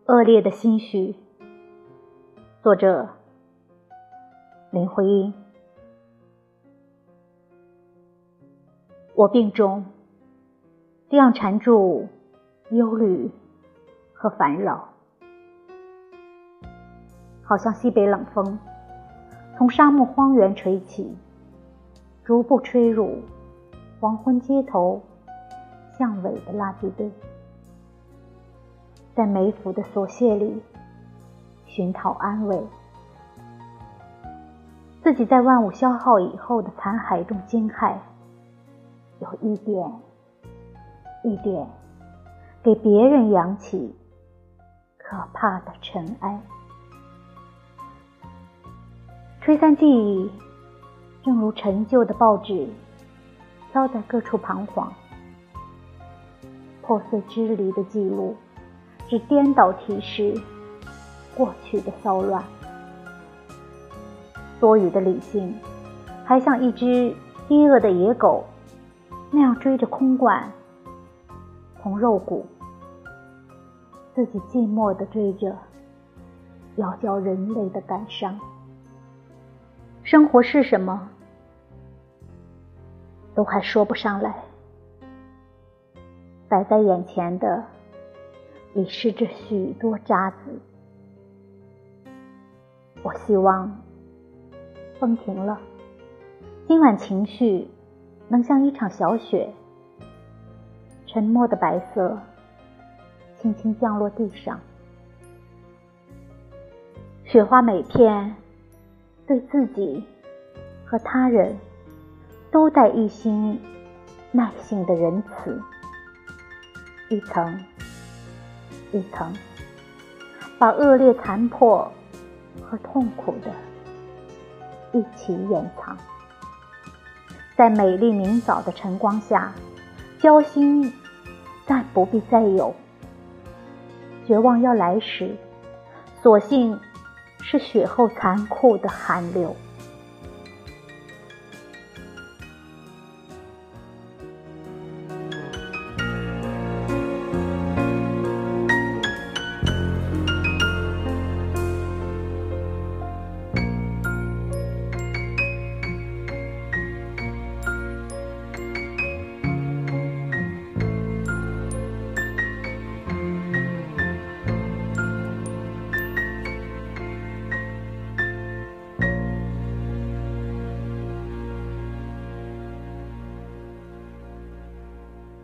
恶劣的心绪，作者林徽因。我病重，这样缠住忧虑和烦扰，好像西北冷风从沙漠荒原吹起，逐步吹入黄昏街头巷尾的垃圾堆，在梅府的琐屑里寻讨安慰，自己在万物消耗以后的残骸中惊骇，有一点一点给别人扬起可怕的尘埃。吹散记忆，正如陈旧的报纸飘在各处彷徨，破碎支离的记录只颠倒提示过去的骚乱。多余的理性还像一只饥饿的野狗那样追着空罐从肉骨，自己寂寞地追着要叫人类的感伤。生活是什么都还说不上来，摆在眼前的已是这许多渣子。我希望风停了，今晚情绪能像一场小雪，沉默的白色轻轻降落地上，雪花每片对自己和他人都带一心耐性的仁慈，一层一层把恶劣残破和痛苦的一起掩藏。在美丽明早的晨光下，交心暂不必再有，绝望要来时，所幸是雪后残酷的寒流。